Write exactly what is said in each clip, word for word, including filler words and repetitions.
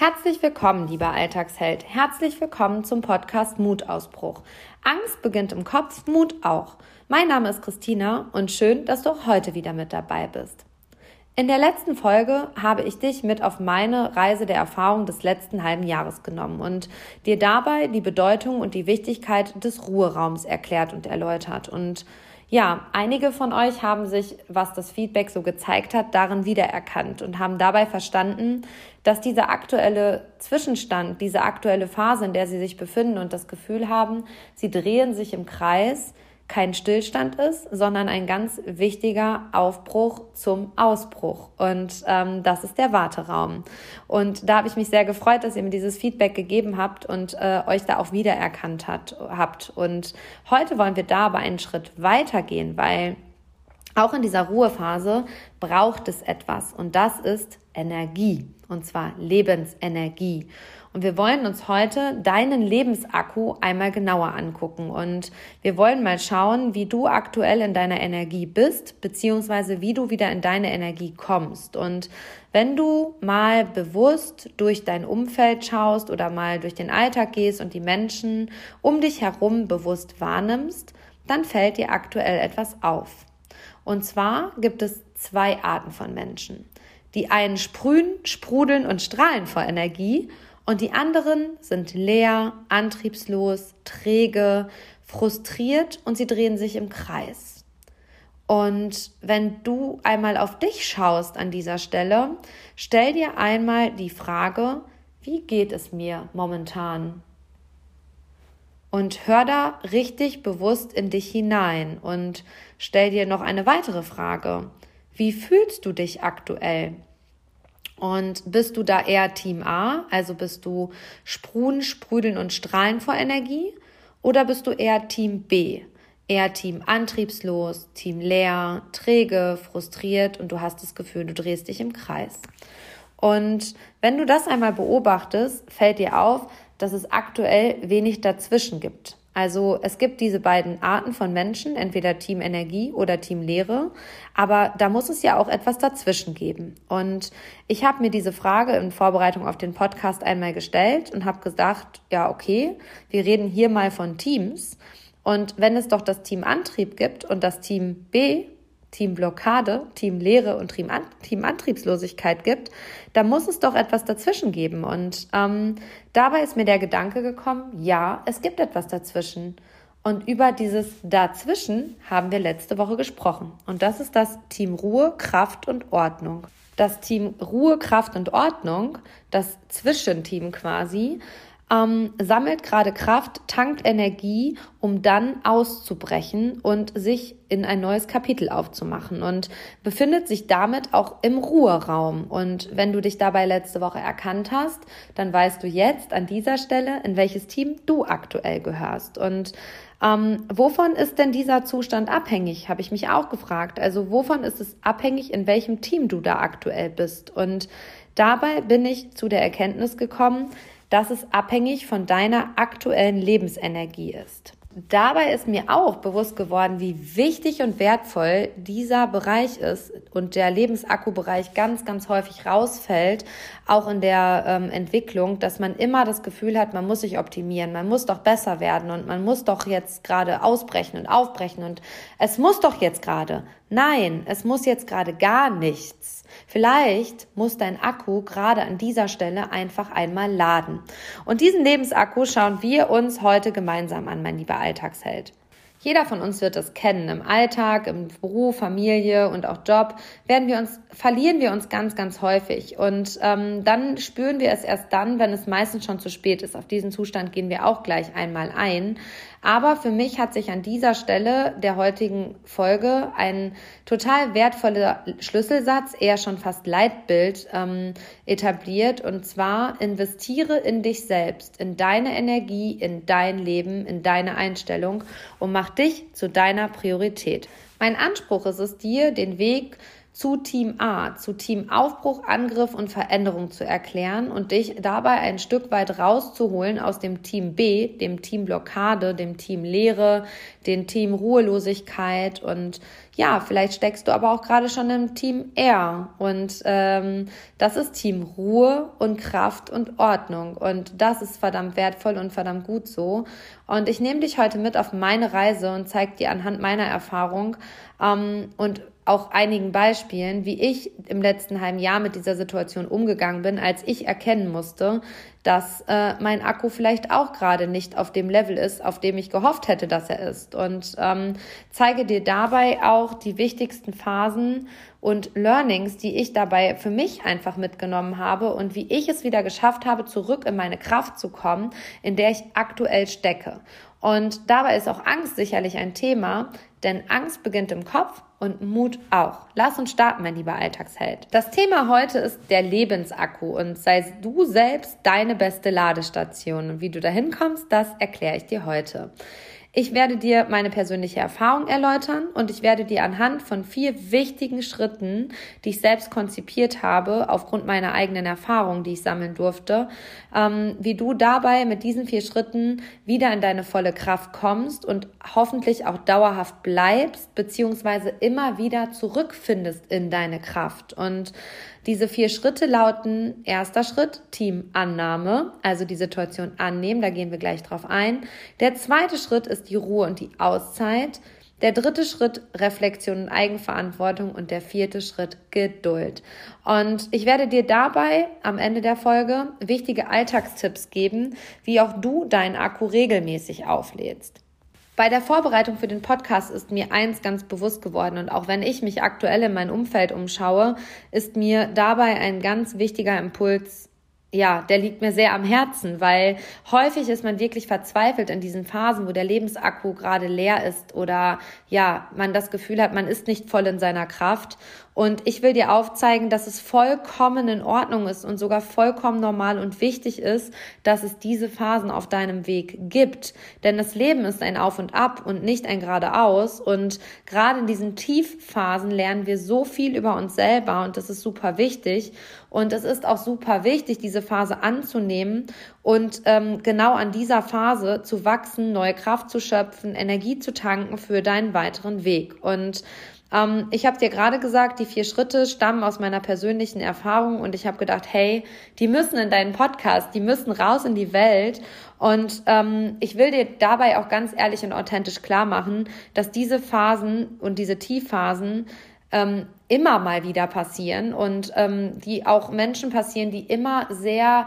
Herzlich willkommen, lieber Alltagsheld. Herzlich willkommen zum Podcast Mutausbruch. Angst beginnt im Kopf, Mut auch. Mein Name ist Christina und schön, dass du auch heute wieder mit dabei bist. In der letzten Folge habe ich dich mit auf meine Reise der Erfahrung des letzten halben Jahres genommen und dir dabei die Bedeutung und die Wichtigkeit des Ruheraums erklärt und erläutert. Und ja, einige von euch haben sich, was das Feedback so gezeigt hat, darin wiedererkannt und haben dabei verstanden, dass dieser aktuelle Zwischenstand, diese aktuelle Phase, in der sie sich befinden und das Gefühl haben, sie drehen sich im Kreis, kein Stillstand ist, sondern ein ganz wichtiger Aufbruch zum Ausbruch. Und ähm, das ist der Warteraum. Und da habe ich mich sehr gefreut, dass ihr mir dieses Feedback gegeben habt und äh, euch da auch wiedererkannt hat, habt. Und heute wollen wir da aber einen Schritt weitergehen, weil auch in dieser Ruhephase braucht es etwas. Und das ist Energie. Und zwar Lebensenergie. Und wir wollen uns heute deinen Lebensakku einmal genauer angucken. Und wir wollen mal schauen, wie du aktuell in deiner Energie bist, beziehungsweise wie du wieder in deine Energie kommst. Und wenn du mal bewusst durch dein Umfeld schaust oder mal durch den Alltag gehst und die Menschen um dich herum bewusst wahrnimmst, dann fällt dir aktuell etwas auf. Und zwar gibt es zwei Arten von Menschen. Die einen sprühen, sprudeln und strahlen vor Energie und die anderen sind leer, antriebslos, träge, frustriert und sie drehen sich im Kreis. Und wenn du einmal auf dich schaust an dieser Stelle, stell dir einmal die Frage, wie geht es mir momentan? Und hör da richtig bewusst in dich hinein und stell dir noch eine weitere Frage. Wie fühlst du dich aktuell? Und bist du da eher Team A, also bist du sprühen, sprudeln und strahlen vor Energie? Oder bist du eher Team B, eher Team antriebslos, Team leer, träge, frustriert und du hast das Gefühl, du drehst dich im Kreis? Und wenn du das einmal beobachtest, fällt dir auf, dass es aktuell wenig dazwischen gibt. Also es gibt diese beiden Arten von Menschen, entweder Team Energie oder Team Leere, aber da muss es ja auch etwas dazwischen geben. Und ich habe mir diese Frage in Vorbereitung auf den Podcast einmal gestellt und habe gesagt, ja okay, wir reden hier mal von Teams und wenn es doch das Team Antrieb gibt und das Team B, Team Blockade, Team Leere und Team, An- Team Antriebslosigkeit gibt, da muss es doch etwas dazwischen geben. Und ähm, dabei ist mir der Gedanke gekommen, ja, es gibt etwas dazwischen. Und über dieses Dazwischen haben wir letzte Woche gesprochen. Und das ist das Team Ruhe, Kraft und Ordnung. Das Team Ruhe, Kraft und Ordnung, das Zwischenteam quasi, Ähm, sammelt gerade Kraft, tankt Energie, um dann auszubrechen und sich in ein neues Kapitel aufzumachen und befindet sich damit auch im Ruheraum. Und wenn du dich dabei letzte Woche erkannt hast, dann weißt du jetzt an dieser Stelle, in welches Team du aktuell gehörst. Und ähm, wovon ist denn dieser Zustand abhängig, habe ich mich auch gefragt. Also wovon ist es abhängig, in welchem Team du da aktuell bist? Und dabei bin ich zu der Erkenntnis gekommen, dass es abhängig von deiner aktuellen Lebensenergie ist. Dabei ist mir auch bewusst geworden, wie wichtig und wertvoll dieser Bereich ist und der Lebensakkubereich ganz, ganz häufig rausfällt, auch in der ähm, Entwicklung, dass man immer das Gefühl hat, man muss sich optimieren, man muss doch besser werden und man muss doch jetzt gerade ausbrechen und aufbrechen und es muss doch jetzt gerade. Nein, es muss jetzt gerade gar nichts. Vielleicht muss dein Akku gerade an dieser Stelle einfach einmal laden. Und diesen Lebensakku schauen wir uns heute gemeinsam an, mein lieber Alltagsheld. Jeder von uns wird es kennen. Im Alltag, im Beruf, Familie und auch Job werden wir uns, verlieren wir uns ganz, ganz häufig. Und ähm, dann spüren wir es erst dann, wenn es meistens schon zu spät ist. Auf diesen Zustand gehen wir auch gleich einmal ein. Aber für mich hat sich an dieser Stelle der heutigen Folge ein total wertvoller Schlüsselsatz, eher schon fast Leitbild, ähm, etabliert. Und zwar, investiere in dich selbst, in deine Energie, in dein Leben, in deine Einstellung und mach dich zu deiner Priorität. Mein Anspruch ist es dir, den Weg zu Team A, zu Team Aufbruch, Angriff und Veränderung zu erklären und dich dabei ein Stück weit rauszuholen aus dem Team B, dem Team Blockade, dem Team Leere, dem Team Ruhelosigkeit und ja, vielleicht steckst du aber auch gerade schon im Team R und ähm, das ist Team Ruhe und Kraft und Ordnung und das ist verdammt wertvoll und verdammt gut so. Und ich nehme dich heute mit auf meine Reise und zeige dir anhand meiner Erfahrung ähm, und auch einigen Beispielen, wie ich im letzten halben Jahr mit dieser Situation umgegangen bin, als ich erkennen musste, dass äh, mein Akku vielleicht auch gerade nicht auf dem Level ist, auf dem ich gehofft hätte, dass er ist. Und ähm, zeige dir dabei auch die wichtigsten Phasen und Learnings, die ich dabei für mich einfach mitgenommen habe und wie ich es wieder geschafft habe, zurück in meine Kraft zu kommen, in der ich aktuell stecke. Und dabei ist auch Angst sicherlich ein Thema, denn Angst beginnt im Kopf und Mut auch. Lass uns starten, mein lieber Alltagsheld. Das Thema heute ist der Lebensakku und sei du selbst deine beste Ladestation. Und wie du dahin kommst, das erkläre ich dir heute. Ich werde dir meine persönliche Erfahrung erläutern und ich werde dir anhand von vier wichtigen Schritten, die ich selbst konzipiert habe, aufgrund meiner eigenen Erfahrung, die ich sammeln durfte, ähm, wie du dabei mit diesen vier Schritten wieder in deine volle Kraft kommst und hoffentlich auch dauerhaft bleibst, beziehungsweise immer wieder zurückfindest in deine Kraft. Und diese vier Schritte lauten: erster Schritt, Teamannahme, also die Situation annehmen, da gehen wir gleich drauf ein. Der zweite Schritt ist die Ruhe und die Auszeit. Der dritte Schritt, Reflexion und Eigenverantwortung und der vierte Schritt, Geduld. Und ich werde dir dabei am Ende der Folge wichtige Alltagstipps geben, wie auch du deinen Akku regelmäßig auflädst. Bei der Vorbereitung für den Podcast ist mir eins ganz bewusst geworden und auch wenn ich mich aktuell in meinem Umfeld umschaue, ist mir dabei ein ganz wichtiger Impuls, ja, der liegt mir sehr am Herzen, weil häufig ist man wirklich verzweifelt in diesen Phasen, wo der Lebensakku gerade leer ist oder ja, man das Gefühl hat, man ist nicht voll in seiner Kraft. Und ich will dir aufzeigen, dass es vollkommen in Ordnung ist und sogar vollkommen normal und wichtig ist, dass es diese Phasen auf deinem Weg gibt. Denn das Leben ist ein Auf und Ab und nicht ein Geradeaus. Und gerade in diesen Tiefphasen lernen wir so viel über uns selber und das ist super wichtig. Und es ist auch super wichtig, diese Phase anzunehmen und ähm, genau an dieser Phase zu wachsen, neue Kraft zu schöpfen, Energie zu tanken für deinen weiteren Weg. Und Ähm, ich habe dir gerade gesagt, die vier Schritte stammen aus meiner persönlichen Erfahrung und ich habe gedacht, hey, die müssen in deinen Podcast, die müssen raus in die Welt und ähm, ich will dir dabei auch ganz ehrlich und authentisch klar machen, dass diese Phasen und diese Tiefphasen ähm, immer mal wieder passieren und ähm, die auch Menschen passieren, die immer sehr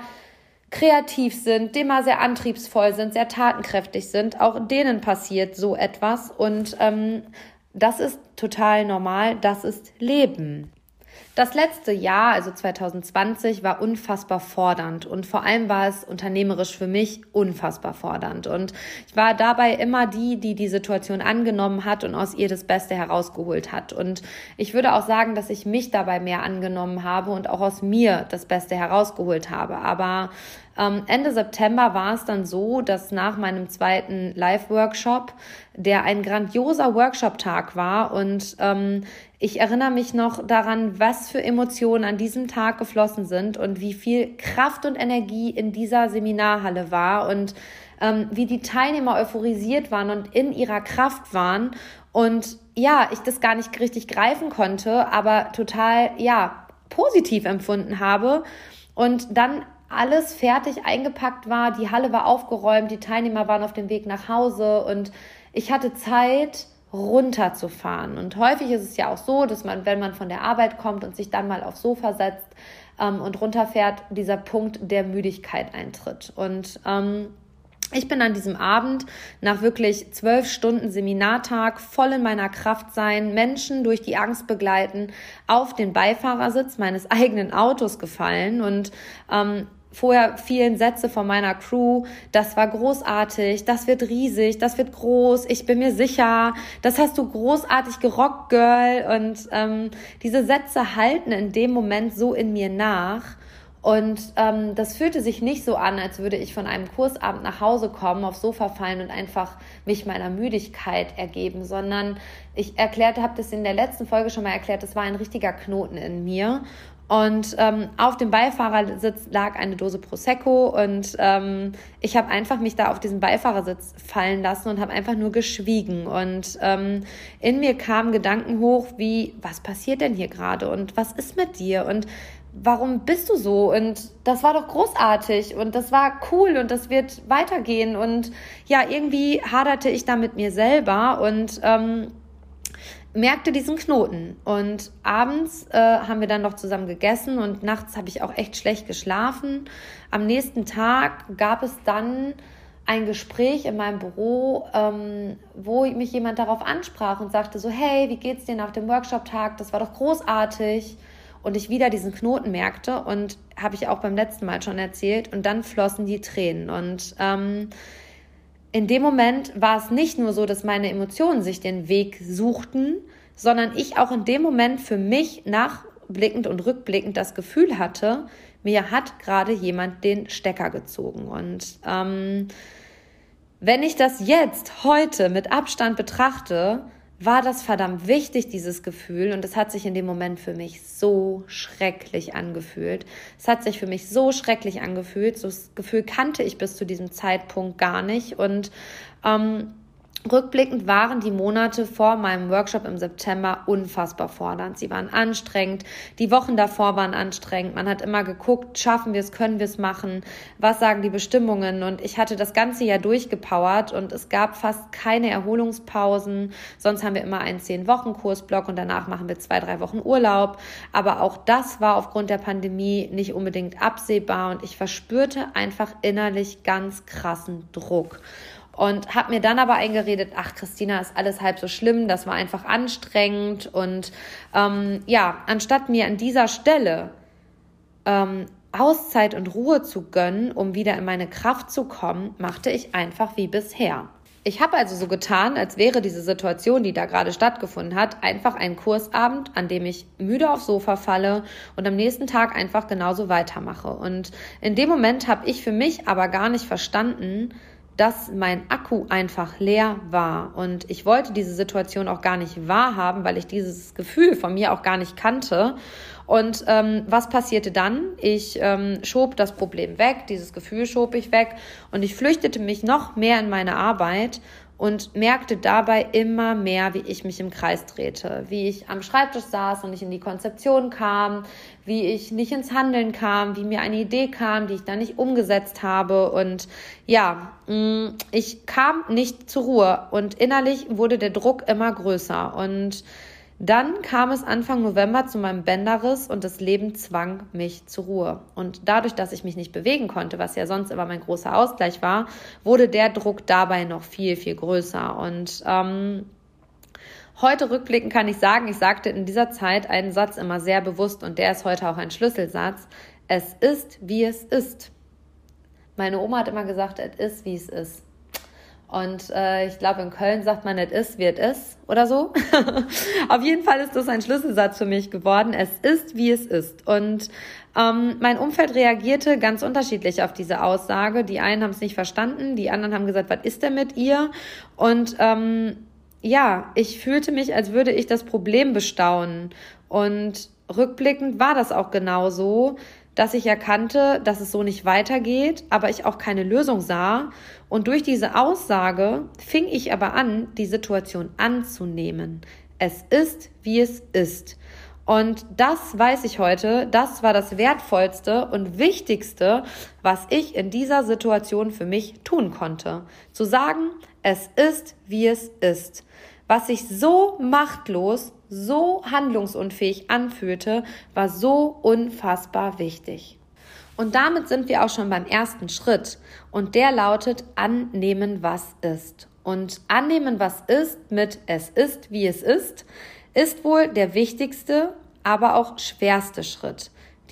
kreativ sind, die immer sehr antriebsvoll sind, sehr tatenkräftig sind. Auch denen passiert so etwas und ähm, das ist total normal, das ist Leben. Das letzte Jahr, also zwanzig zwanzig, war unfassbar fordernd und vor allem war es unternehmerisch für mich unfassbar fordernd. Und ich war dabei immer die, die die Situation angenommen hat und aus ihr das Beste herausgeholt hat. Und ich würde auch sagen, dass ich mich dabei mehr angenommen habe und auch aus mir das Beste herausgeholt habe. Aber ähm, Ende September war es dann so, dass nach meinem zweiten Live-Workshop, der ein grandioser Workshop-Tag war und ähm, ich erinnere mich noch daran, was für Emotionen an diesem Tag geflossen sind und wie viel Kraft und Energie in dieser Seminarhalle war und ähm, wie die Teilnehmer euphorisiert waren und in ihrer Kraft waren. Und ja, ich das gar nicht richtig greifen konnte, aber total, ja, positiv empfunden habe. Und dann alles fertig eingepackt war, die Halle war aufgeräumt, die Teilnehmer waren auf dem Weg nach Hause und ich hatte Zeit, runterzufahren. Und häufig ist es ja auch so, dass man, wenn man von der Arbeit kommt und sich dann mal aufs Sofa setzt ähm, und runterfährt, dieser Punkt der Müdigkeit eintritt. Und ähm, ich bin an diesem Abend nach wirklich zwölf Stunden Seminartag voll in meiner Kraft sein, Menschen durch die Angst begleiten, auf den Beifahrersitz meines eigenen Autos gefallen und ähm, vorher vielen Sätze von meiner Crew, das war großartig, das wird riesig, das wird groß, ich bin mir sicher, das hast du großartig gerockt, Girl. Und ähm, diese Sätze halten in dem Moment so in mir nach. Und ähm, das fühlte sich nicht so an, als würde ich von einem Kursabend nach Hause kommen, aufs Sofa fallen und einfach mich meiner Müdigkeit ergeben, sondern ich erklärte, habe das in der letzten Folge schon mal erklärt, das war ein richtiger Knoten in mir. Und ähm, auf dem Beifahrersitz lag eine Dose Prosecco und ähm, ich habe einfach mich da auf diesen Beifahrersitz fallen lassen und habe einfach nur geschwiegen. Und ähm, in mir kamen Gedanken hoch wie, was passiert denn hier gerade und was ist mit dir und warum bist du so? Und das war doch großartig und das war cool und das wird weitergehen. Und ja, irgendwie haderte ich da mit mir selber und ähm, merkte diesen Knoten. Und abends äh, haben wir dann noch zusammen gegessen und nachts habe ich auch echt schlecht geschlafen. Am nächsten Tag gab es dann ein Gespräch in meinem Büro, ähm, wo mich jemand darauf ansprach und sagte so, hey, wie geht's dir nach dem Workshop-Tag? Das war doch großartig. Und ich wieder diesen Knoten merkte und habe ich auch beim letzten Mal schon erzählt und dann flossen die Tränen. Und ähm, in dem Moment war es nicht nur so, dass meine Emotionen sich den Weg suchten, sondern ich auch in dem Moment für mich nachblickend und rückblickend das Gefühl hatte, mir hat gerade jemand den Stecker gezogen. Und ähm, wenn ich das jetzt, heute mit Abstand betrachte, war das verdammt wichtig, dieses Gefühl. Und es hat sich in dem Moment für mich so schrecklich angefühlt. Es hat sich für mich so schrecklich angefühlt. So das Gefühl kannte ich bis zu diesem Zeitpunkt gar nicht. Und ähm, rückblickend waren die Monate vor meinem Workshop im September unfassbar fordernd. Sie waren anstrengend. Die Wochen davor waren anstrengend. Man hat immer geguckt, schaffen wir es, können wir es machen? Was sagen die Bestimmungen? Und ich hatte das ganze Jahr durchgepowert und es gab fast keine Erholungspausen. Sonst haben wir immer einen zehn-Wochen-Kursblock und danach machen wir zwei, drei Wochen Urlaub. Aber auch das war aufgrund der Pandemie nicht unbedingt absehbar und ich verspürte einfach innerlich ganz krassen Druck. Und habe mir dann aber eingeredet, ach Christina, ist alles halb so schlimm, das war einfach anstrengend. Und ähm, ja, anstatt mir an dieser Stelle ähm, Auszeit und Ruhe zu gönnen, um wieder in meine Kraft zu kommen, machte ich einfach wie bisher. Ich habe also so getan, als wäre diese Situation, die da gerade stattgefunden hat, einfach ein Kursabend, an dem ich müde aufs Sofa falle und am nächsten Tag einfach genauso weitermache. Und in dem Moment habe ich für mich aber gar nicht verstanden, dass mein Akku einfach leer war und ich wollte diese Situation auch gar nicht wahrhaben, weil ich dieses Gefühl von mir auch gar nicht kannte. Und ähm, was passierte dann? Ich ähm, schob das Problem weg, dieses Gefühl schob ich weg und ich flüchtete mich noch mehr in meine Arbeit und merkte dabei immer mehr, wie ich mich im Kreis drehte, wie ich am Schreibtisch saß und nicht in die Konzeption kam, wie ich nicht ins Handeln kam, wie mir eine Idee kam, die ich dann nicht umgesetzt habe und ja, ich kam nicht zur Ruhe und innerlich wurde der Druck immer größer und dann kam es Anfang November zu meinem Bänderriss und das Leben zwang mich zur Ruhe. Und dadurch, dass ich mich nicht bewegen konnte, was ja sonst immer mein großer Ausgleich war, wurde der Druck dabei noch viel, viel größer. Und ähm, heute rückblickend kann ich sagen, ich sagte in dieser Zeit einen Satz immer sehr bewusst und der ist heute auch ein Schlüsselsatz. Es ist, wie es ist. Meine Oma hat immer gesagt, es ist, wie es ist. Und äh, ich glaube, in Köln sagt man, es ist, wie es ist oder so. Auf jeden Fall ist das ein Schlüsselsatz für mich geworden. Es ist, wie es ist. Und ähm, mein Umfeld reagierte ganz unterschiedlich auf diese Aussage. Die einen haben es nicht verstanden, die anderen haben gesagt, was ist denn mit ihr? Und ähm, ja, ich fühlte mich, als würde ich das Problem bestaunen. Und rückblickend war das auch genau so, dass ich erkannte, dass es so nicht weitergeht, aber ich auch keine Lösung sah. Und durch diese Aussage fing ich aber an, die Situation anzunehmen. Es ist, wie es ist. Und das weiß ich heute, das war das Wertvollste und Wichtigste, was ich in dieser Situation für mich tun konnte. Zu sagen, es ist, wie es ist. Was sich so machtlos, so handlungsunfähig anfühlte, war so unfassbar wichtig. Und damit sind wir auch schon beim ersten Schritt. Und der lautet annehmen, was ist. Und annehmen, was ist mit es ist, wie es ist, ist wohl der wichtigste, aber auch schwerste Schritt.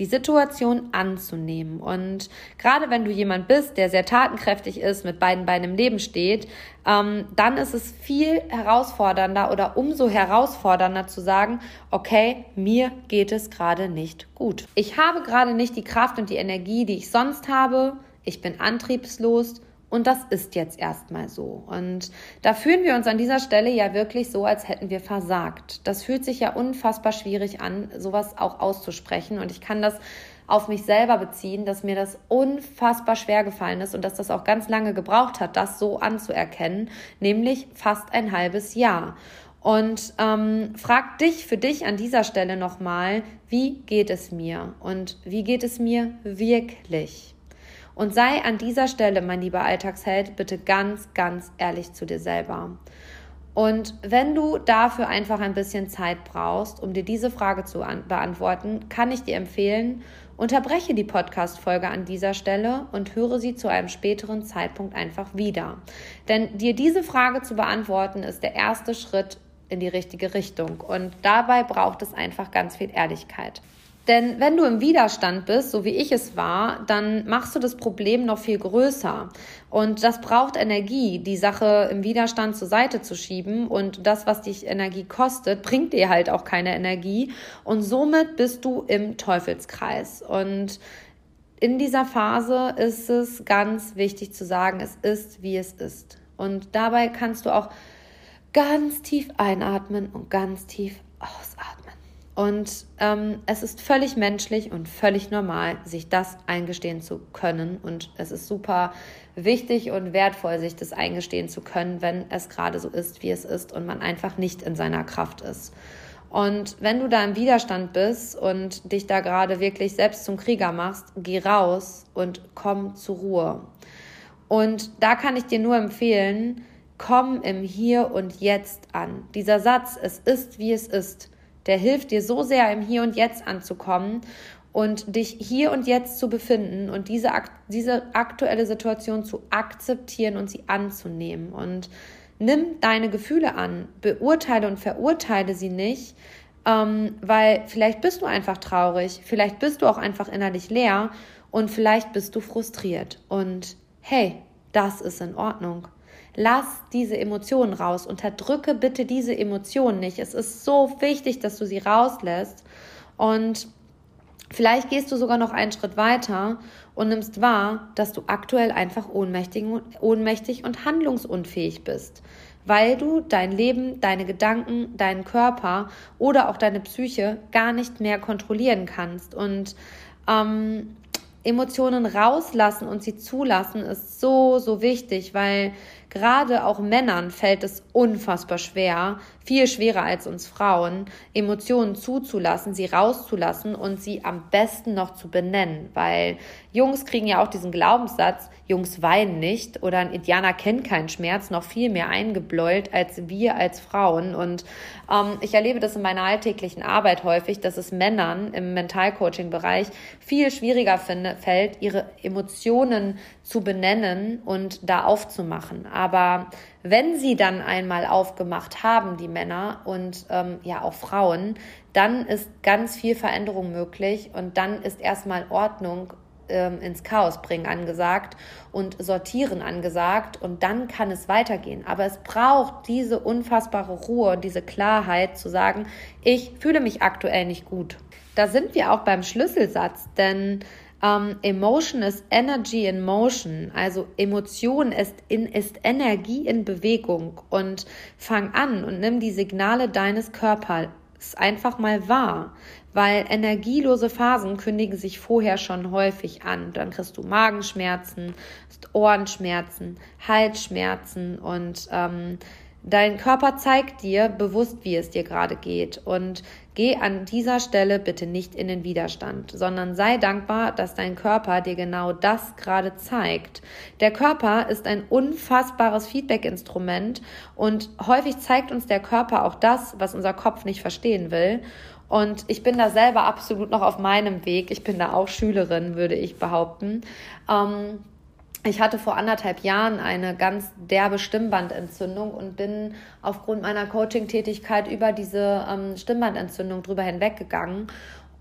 die Situation anzunehmen. Und gerade wenn du jemand bist, der sehr tatenkräftig ist, mit beiden Beinen im Leben steht, ähm, dann ist es viel herausfordernder oder umso herausfordernder zu sagen, okay, mir geht es gerade nicht gut. Ich habe gerade nicht die Kraft und die Energie, die ich sonst habe. Ich bin antriebslos. Und das ist jetzt erstmal so. Und da fühlen wir uns an dieser Stelle ja wirklich so, als hätten wir versagt. Das fühlt sich ja unfassbar schwierig an, sowas auch auszusprechen. Und ich kann das auf mich selber beziehen, dass mir das unfassbar schwer gefallen ist und dass das auch ganz lange gebraucht hat, das so anzuerkennen, nämlich fast ein halbes Jahr. Und ähm, frag dich für dich an dieser Stelle nochmal, wie geht es mir? Und wie geht es mir wirklich? Und sei an dieser Stelle, mein lieber Alltagsheld, bitte ganz, ganz ehrlich zu dir selber. Und wenn du dafür einfach ein bisschen Zeit brauchst, um dir diese Frage zu an- beantworten, kann ich dir empfehlen, unterbreche die Podcast-Folge an dieser Stelle und höre sie zu einem späteren Zeitpunkt einfach wieder. Denn dir diese Frage zu beantworten, ist der erste Schritt in die richtige Richtung. Und dabei braucht es einfach ganz viel Ehrlichkeit. Denn wenn du im Widerstand bist, so wie ich es war, dann machst du das Problem noch viel größer. Und das braucht Energie, die Sache im Widerstand zur Seite zu schieben. Und das, was dich Energie kostet, bringt dir halt auch keine Energie. Und somit bist du im Teufelskreis. Und in dieser Phase ist es ganz wichtig zu sagen, es ist, wie es ist. Und dabei kannst du auch ganz tief einatmen und ganz tief ausatmen. Und ähm, es ist völlig menschlich und völlig normal, sich das eingestehen zu können. Und es ist super wichtig und wertvoll, sich das eingestehen zu können, wenn es gerade so ist, wie es ist und man einfach nicht in seiner Kraft ist. Und wenn du da im Widerstand bist und dich da gerade wirklich selbst zum Krieger machst, geh raus und komm zur Ruhe. Und da kann ich dir nur empfehlen, komm im Hier und Jetzt an. Dieser Satz, es ist, wie es ist, der hilft dir so sehr, im Hier und Jetzt anzukommen und dich hier und jetzt zu befinden und diese, diese aktuelle Situation zu akzeptieren und sie anzunehmen. Und nimm deine Gefühle an, beurteile und verurteile sie nicht, ähm, weil vielleicht bist du einfach traurig, vielleicht bist du auch einfach innerlich leer und vielleicht bist du frustriert. Und hey, das ist in Ordnung. Lass diese Emotionen raus. Unterdrücke bitte diese Emotionen nicht. Es ist so wichtig, dass du sie rauslässt. Und vielleicht gehst du sogar noch einen Schritt weiter und nimmst wahr, dass du aktuell einfach ohnmächtig, ohnmächtig und handlungsunfähig bist, weil du dein Leben, deine Gedanken, deinen Körper oder auch deine Psyche gar nicht mehr kontrollieren kannst. Und ähm, Emotionen rauslassen und sie zulassen ist so, so wichtig, weil gerade auch Männern fällt es unfassbar schwer, viel schwerer als uns Frauen, Emotionen zuzulassen, sie rauszulassen und sie am besten noch zu benennen, weil Jungs kriegen ja auch diesen Glaubenssatz, Jungs weinen nicht oder ein Indianer kennt keinen Schmerz, noch viel mehr eingebläut als wir als Frauen. Und ähm, ich erlebe das in meiner alltäglichen Arbeit häufig, dass es Männern im Mentalcoaching-Bereich viel schwieriger finde, fällt, ihre Emotionen zu benennen und da aufzumachen. Aber wenn sie dann einmal aufgemacht haben, die Männer und ähm, ja auch Frauen, dann ist ganz viel Veränderung möglich und dann ist erstmal Ordnung ähm, ins Chaos bringen angesagt und sortieren angesagt und dann kann es weitergehen. Aber es braucht diese unfassbare Ruhe und diese Klarheit zu sagen, ich fühle mich aktuell nicht gut. Da sind wir auch beim Schlüsselsatz, denn Um, Emotion is Energy in Motion, also Emotion ist, in, ist Energie in Bewegung und fang an und nimm die Signale deines Körpers einfach mal wahr, weil energielose Phasen kündigen sich vorher schon häufig an. Dann kriegst du Magenschmerzen, Ohrenschmerzen, Halsschmerzen und ähm, dein Körper zeigt dir bewusst, wie es dir gerade geht und geh an dieser Stelle bitte nicht in den Widerstand, sondern sei dankbar, dass dein Körper dir genau das gerade zeigt. Der Körper ist ein unfassbares Feedback-Instrument und häufig zeigt uns der Körper auch das, was unser Kopf nicht verstehen will. Und ich bin da selber absolut noch auf meinem Weg. Ich bin da auch Schülerin, würde ich behaupten. Ähm, Ich hatte vor anderthalb Jahren eine ganz derbe Stimmbandentzündung und bin aufgrund meiner Coaching-Tätigkeit über diese ähm, Stimmbandentzündung drüber hinweggegangen.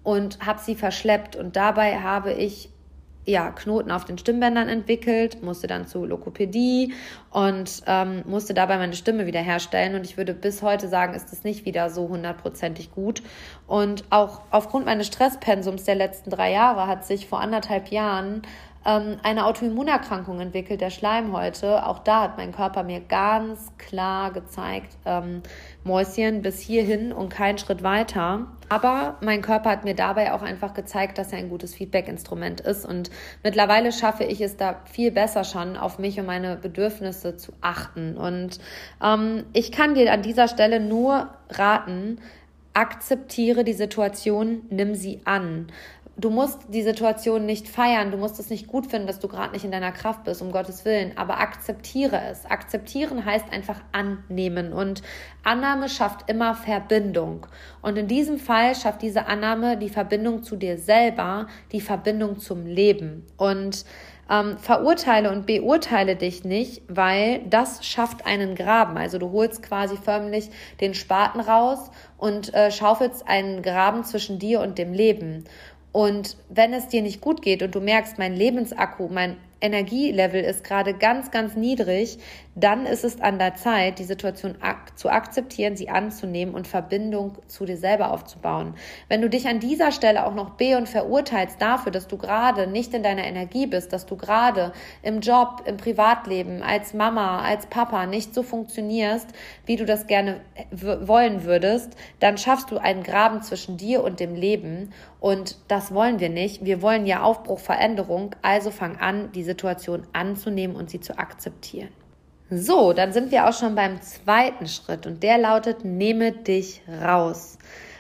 und habe sie verschleppt. Und dabei habe ich ja, Knoten auf den Stimmbändern entwickelt, musste dann zur Logopädie und ähm, musste dabei meine Stimme wiederherstellen. Und ich würde bis heute sagen, ist es nicht wieder so hundertprozentig gut. Und auch aufgrund meines Stresspensums der letzten drei Jahre hat sich vor anderthalb Jahren ähm, eine Autoimmunerkrankung entwickelt, der Schleimhäute. Auch da hat mein Körper mir ganz klar gezeigt, ähm, Mäuschen, bis hierhin und keinen Schritt weiter. Aber mein Körper hat mir dabei auch einfach gezeigt, dass er ein gutes Feedback-Instrument ist. Und mittlerweile schaffe ich es da viel besser schon, auf mich und meine Bedürfnisse zu achten. Und ähm, ich kann dir an dieser Stelle nur raten, akzeptiere die Situation, nimm sie an. Du musst die Situation nicht feiern, du musst es nicht gut finden, dass du gerade nicht in deiner Kraft bist, um Gottes Willen, aber akzeptiere es. Akzeptieren heißt einfach annehmen und Annahme schafft immer Verbindung. Und in diesem Fall schafft diese Annahme die Verbindung zu dir selber, die Verbindung zum Leben. Und ähm, verurteile und beurteile dich nicht, weil das schafft einen Graben. Also du holst quasi förmlich den Spaten raus und äh, schaufelst einen Graben zwischen dir und dem Leben. Und wenn es dir nicht gut geht und du merkst, mein Lebensakku, mein Energielevel ist gerade ganz, ganz niedrig, dann ist es an der Zeit, die Situation ak- zu akzeptieren, sie anzunehmen und Verbindung zu dir selber aufzubauen. Wenn du dich an dieser Stelle auch noch be- und verurteilst dafür, dass du gerade nicht in deiner Energie bist, dass du gerade im Job, im Privatleben, als Mama, als Papa nicht so funktionierst, wie du das gerne w- wollen würdest, dann schaffst du einen Graben zwischen dir und dem Leben und das wollen wir nicht. Wir wollen ja Aufbruch, Veränderung, also fang an, die Situation anzunehmen und sie zu akzeptieren. So, dann sind wir auch schon beim zweiten Schritt und der lautet, nehme dich raus.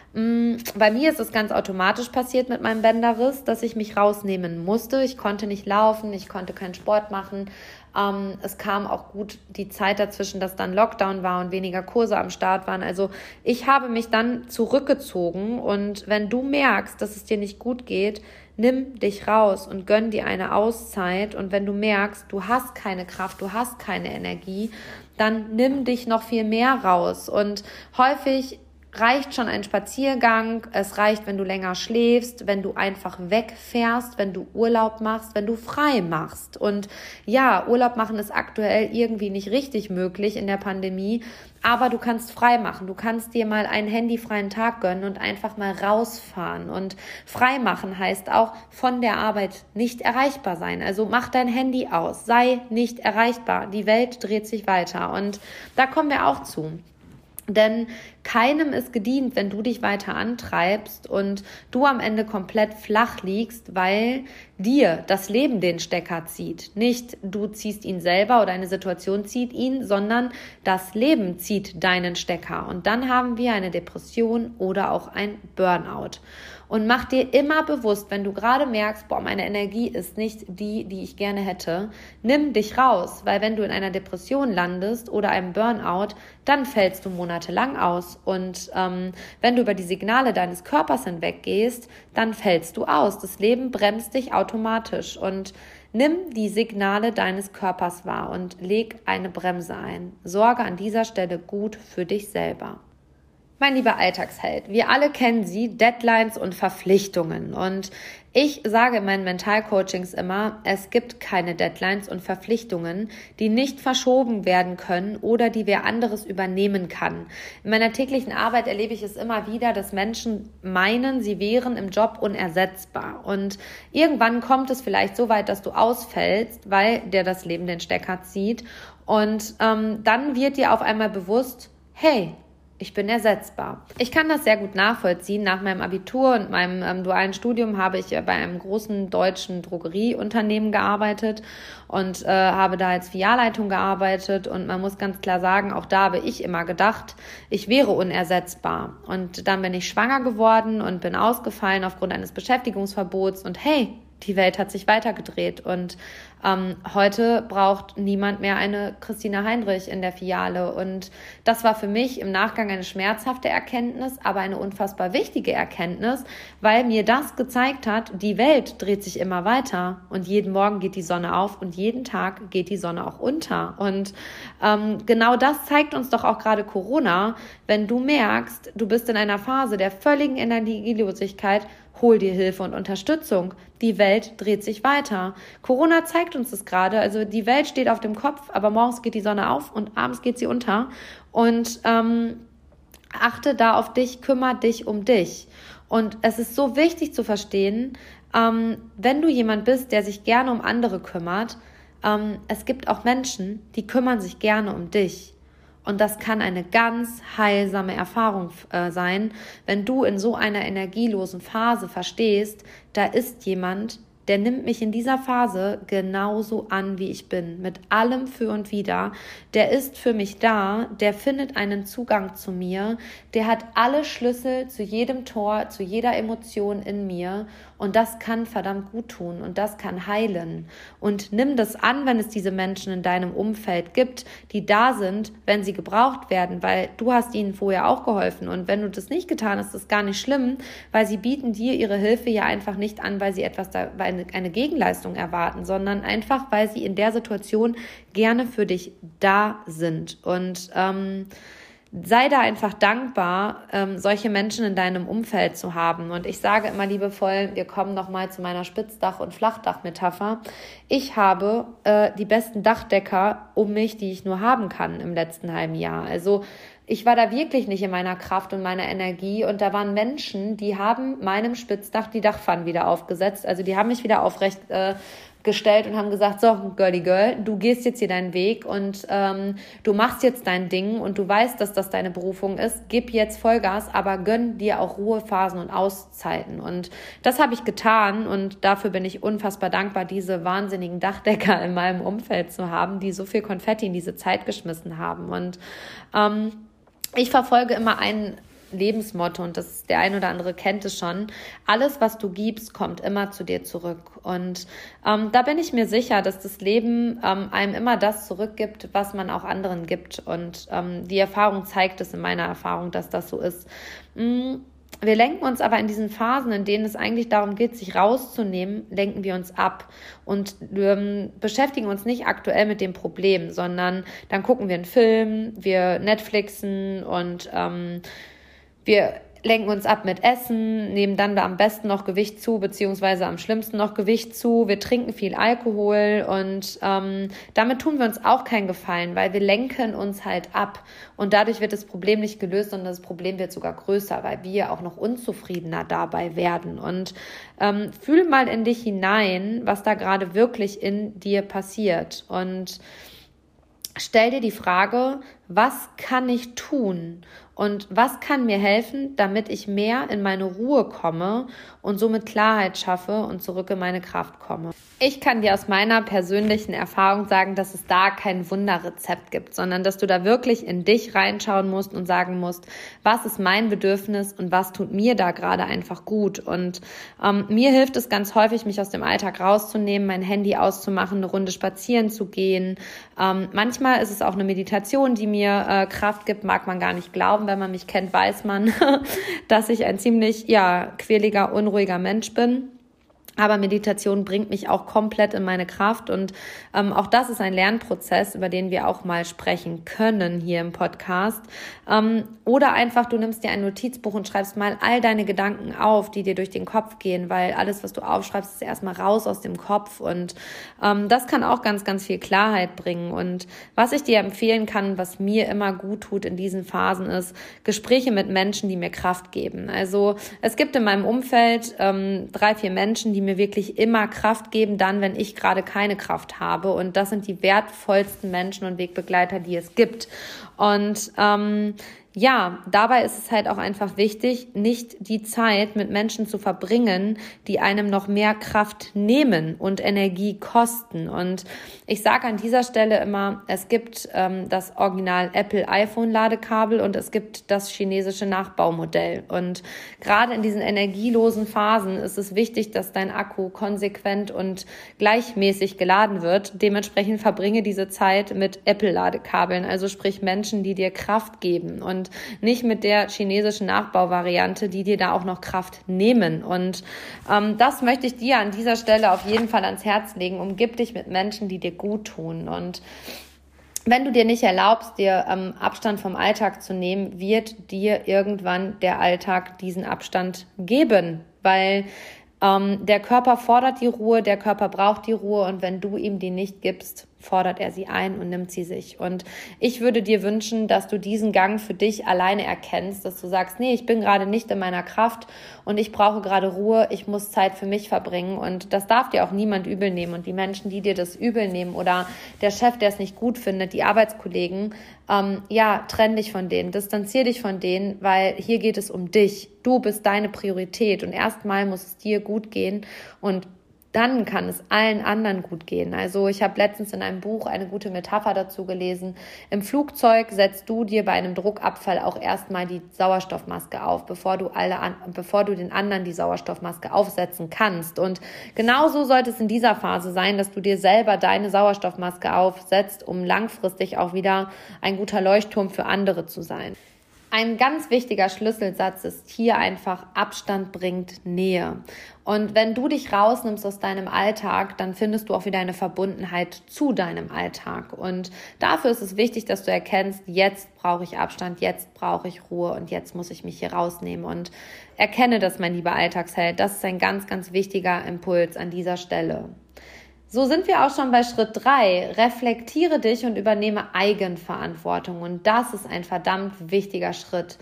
Bei mir ist es ganz automatisch passiert mit meinem Bänderriss, dass ich mich rausnehmen musste. Ich konnte nicht laufen, ich konnte keinen Sport machen. Ähm, es kam auch gut die Zeit dazwischen, dass dann Lockdown war und weniger Kurse am Start waren. Also ich habe mich dann zurückgezogen und wenn du merkst, dass es dir nicht gut geht, nimm dich raus und gönn dir eine Auszeit. Und wenn du merkst, du hast keine Kraft, du hast keine Energie, dann nimm dich noch viel mehr raus. Und häufig reicht schon ein Spaziergang, es reicht, wenn du länger schläfst, wenn du einfach wegfährst, wenn du Urlaub machst, wenn du frei machst. Und ja, Urlaub machen ist aktuell irgendwie nicht richtig möglich in der Pandemie, aber du kannst frei machen. Du kannst dir mal einen handyfreien Tag gönnen und einfach mal rausfahren. Und frei machen heißt auch von der Arbeit nicht erreichbar sein. Also mach dein Handy aus, sei nicht erreichbar. Die Welt dreht sich weiter und da kommen wir auch zu. Denn keinem ist gedient, wenn du dich weiter antreibst und du am Ende komplett flach liegst, weil dir das Leben den Stecker zieht. Nicht du ziehst ihn selber oder eine Situation zieht ihn, sondern das Leben zieht deinen Stecker. Und dann haben wir eine Depression oder auch ein Burnout. Und mach dir immer bewusst, wenn du gerade merkst, boah, meine Energie ist nicht die, die ich gerne hätte, nimm dich raus, weil wenn du in einer Depression landest oder einem Burnout, dann fällst du monatelang aus. Und ähm, wenn du über die Signale deines Körpers hinweggehst, dann fällst du aus. Das Leben bremst dich automatisch. Und nimm die Signale deines Körpers wahr und leg eine Bremse ein. Sorge an dieser Stelle gut für dich selber. Mein lieber Alltagsheld, wir alle kennen sie, Deadlines und Verpflichtungen. Und ich sage in meinen Mentalcoachings immer, es gibt keine Deadlines und Verpflichtungen, die nicht verschoben werden können oder die wer anderes übernehmen kann. In meiner täglichen Arbeit erlebe ich es immer wieder, dass Menschen meinen, sie wären im Job unersetzbar. Und irgendwann kommt es vielleicht so weit, dass du ausfällst, weil dir das Leben den Stecker zieht. Und ähm, dann wird dir auf einmal bewusst, hey, ich bin ersetzbar. Ich kann das sehr gut nachvollziehen. Nach meinem Abitur und meinem ähm, dualen Studium habe ich äh, bei einem großen deutschen Drogerieunternehmen gearbeitet und äh, habe da als Filialleitung gearbeitet. Und man muss ganz klar sagen, auch da habe ich immer gedacht, ich wäre unersetzbar. Und dann bin ich schwanger geworden und bin ausgefallen aufgrund eines Beschäftigungsverbots. Und hey, die Welt hat sich weitergedreht und ähm, heute braucht niemand mehr eine Christina Heinrich in der Filiale. Und das war für mich im Nachgang eine schmerzhafte Erkenntnis, aber eine unfassbar wichtige Erkenntnis, weil mir das gezeigt hat, die Welt dreht sich immer weiter und jeden Morgen geht die Sonne auf und jeden Tag geht die Sonne auch unter. Und ähm, genau das zeigt uns doch auch gerade Corona, wenn du merkst, du bist in einer Phase der völligen Energielosigkeit, hol dir Hilfe und Unterstützung. Die Welt dreht sich weiter. Corona zeigt uns das gerade. Also die Welt steht auf dem Kopf, aber morgens geht die Sonne auf und abends geht sie unter. Und ähm, achte da auf dich, kümmere dich um dich. Und es ist so wichtig zu verstehen, ähm, wenn du jemand bist, der sich gerne um andere kümmert, ähm, es gibt auch Menschen, die kümmern sich gerne um dich. Und das kann eine ganz heilsame Erfahrung äh, sein, wenn du in so einer energielosen Phase verstehst, da ist jemand, der nimmt mich in dieser Phase genauso an, wie ich bin, mit allem für und wider. Der ist für mich da, der findet einen Zugang zu mir, der hat alle Schlüssel zu jedem Tor, zu jeder Emotion in mir und das kann verdammt gut tun und das kann heilen. Und nimm das an, wenn es diese Menschen in deinem Umfeld gibt, die da sind, wenn sie gebraucht werden, weil du hast ihnen vorher auch geholfen und wenn du das nicht getan hast, ist das gar nicht schlimm, weil sie bieten dir ihre Hilfe ja einfach nicht an, weil sie etwas da, weil eine, eine Gegenleistung erwarten, sondern einfach, weil sie in der Situation gerne für dich da sind und ähm, sei da einfach dankbar, ähm, solche Menschen in deinem Umfeld zu haben. Und ich sage immer liebevoll, wir kommen nochmal zu meiner Spitzdach- und Flachdach-Metapher. Ich habe äh, die besten Dachdecker um mich, die ich nur haben kann im letzten halben Jahr. Also ich war da wirklich nicht in meiner Kraft und meiner Energie und da waren Menschen, die haben meinem Spitzdach die Dachpfannen wieder aufgesetzt. Also die haben mich wieder aufrecht äh, gestellt und haben gesagt, so, Girlie Girl, du gehst jetzt hier deinen Weg und ähm, du machst jetzt dein Ding und du weißt, dass das deine Berufung ist, gib jetzt Vollgas, aber gönn dir auch Ruhephasen und Auszeiten. Und das habe ich getan und dafür bin ich unfassbar dankbar, diese wahnsinnigen Dachdecker in meinem Umfeld zu haben, die so viel Konfetti in diese Zeit geschmissen haben. Und ähm, ich verfolge immer einen Lebensmotto und das der ein oder andere kennt es schon. Alles, was du gibst, kommt immer zu dir zurück. Und ähm, da bin ich mir sicher, dass das Leben ähm, einem immer das zurückgibt, was man auch anderen gibt. Und ähm, die Erfahrung zeigt es in meiner Erfahrung, dass das so ist. Mm. Wir lenken uns aber in diesen Phasen, in denen es eigentlich darum geht, sich rauszunehmen, lenken wir uns ab und ähm, beschäftigen uns nicht aktuell mit dem Problem, sondern dann gucken wir einen Film, wir Netflixen und ähm, wir lenken uns ab mit Essen, nehmen dann am besten noch Gewicht zu, beziehungsweise am schlimmsten noch Gewicht zu. Wir trinken viel Alkohol und ähm, damit tun wir uns auch keinen Gefallen, weil wir lenken uns halt ab. Und dadurch wird das Problem nicht gelöst und das Problem wird sogar größer, weil wir auch noch unzufriedener dabei werden. Und ähm, fühl mal in dich hinein, was da gerade wirklich in dir passiert. Und stell dir die Frage, was kann ich tun? Und was kann mir helfen, damit ich mehr in meine Ruhe komme und somit Klarheit schaffe und zurück in meine Kraft komme? Ich kann dir aus meiner persönlichen Erfahrung sagen, dass es da kein Wunderrezept gibt, sondern dass du da wirklich in dich reinschauen musst und sagen musst, was ist mein Bedürfnis und was tut mir da gerade einfach gut? Und ähm, mir hilft es ganz häufig, mich aus dem Alltag rauszunehmen, mein Handy auszumachen, eine Runde spazieren zu gehen. Ähm, manchmal ist es auch eine Meditation, die mir äh, Kraft gibt, mag man gar nicht glauben. Wenn man mich kennt, weiß man, dass ich ein ziemlich ja quäliger, unruhiger Mensch bin. Aber Meditation bringt mich auch komplett in meine Kraft und ähm, auch das ist ein Lernprozess, über den wir auch mal sprechen können hier im Podcast. Ähm, oder einfach, du nimmst dir ein Notizbuch und schreibst mal all deine Gedanken auf, die dir durch den Kopf gehen, weil alles, was du aufschreibst, ist erstmal raus aus dem Kopf und ähm, das kann auch ganz, ganz viel Klarheit bringen. Und was ich dir empfehlen kann, was mir immer gut tut in diesen Phasen, ist Gespräche mit Menschen, die mir Kraft geben. Also es gibt in meinem Umfeld ähm, drei, vier Menschen, die mir wirklich immer Kraft geben, dann, wenn ich gerade keine Kraft habe. Und das sind die wertvollsten Menschen und Wegbegleiter, die es gibt. Und ähm, ja, dabei ist es halt auch einfach wichtig, nicht die Zeit mit Menschen zu verbringen, die einem noch mehr Kraft nehmen und Energie kosten. Und ich sage an dieser Stelle immer, es gibt ähm, das Original Apple iPhone Ladekabel und es gibt das chinesische Nachbaumodell. Und gerade in diesen energielosen Phasen ist es wichtig, dass dein Akku konsequent und gleichmäßig geladen wird. Dementsprechend verbringe diese Zeit mit Apple Ladekabeln, also sprich Menschen, die dir Kraft geben und nicht mit der chinesischen Nachbauvariante, die dir da auch noch Kraft nehmen. Und ähm, das möchte ich dir an dieser Stelle auf jeden Fall ans Herz legen. Umgib dich mit Menschen, die dir gut tun. Und wenn du dir nicht erlaubst, dir ähm, Abstand vom Alltag zu nehmen, wird dir irgendwann der Alltag diesen Abstand geben. weil ähm, der Körper fordert die Ruhe, der Körper braucht die Ruhe und wenn du ihm die nicht gibst, fordert er sie ein und nimmt sie sich. Und ich würde dir wünschen, dass du diesen Gang für dich alleine erkennst, dass du sagst, nee, ich bin gerade nicht in meiner Kraft und ich brauche gerade Ruhe, ich muss Zeit für mich verbringen und das darf dir auch niemand übel nehmen. Und die Menschen, die dir das übel nehmen oder der Chef, der es nicht gut findet, die Arbeitskollegen, ähm, ja, trenn dich von denen, distanzier dich von denen, weil hier geht es um dich. Du bist deine Priorität und erstmal muss es dir gut gehen und dann kann es allen anderen gut gehen. Also ich habe letztens in einem Buch eine gute Metapher dazu gelesen. Im Flugzeug setzt du dir bei einem Druckabfall auch erstmal die Sauerstoffmaske auf, bevor du alle an, bevor du den anderen die Sauerstoffmaske aufsetzen kannst. Und genauso sollte es in dieser Phase sein, dass du dir selber deine Sauerstoffmaske aufsetzt, um langfristig auch wieder ein guter Leuchtturm für andere zu sein. Ein ganz wichtiger Schlüsselsatz ist hier einfach, Abstand bringt Nähe. Und wenn du dich rausnimmst aus deinem Alltag, dann findest du auch wieder eine Verbundenheit zu deinem Alltag. Und dafür ist es wichtig, dass du erkennst, jetzt brauche ich Abstand, jetzt brauche ich Ruhe und jetzt muss ich mich hier rausnehmen. Und erkenne das, mein lieber Alltagsheld. Das ist ein ganz, ganz wichtiger Impuls an dieser Stelle. So sind wir auch schon bei Schritt drei. Reflektiere dich und übernehme Eigenverantwortung. Und das ist ein verdammt wichtiger Schritt.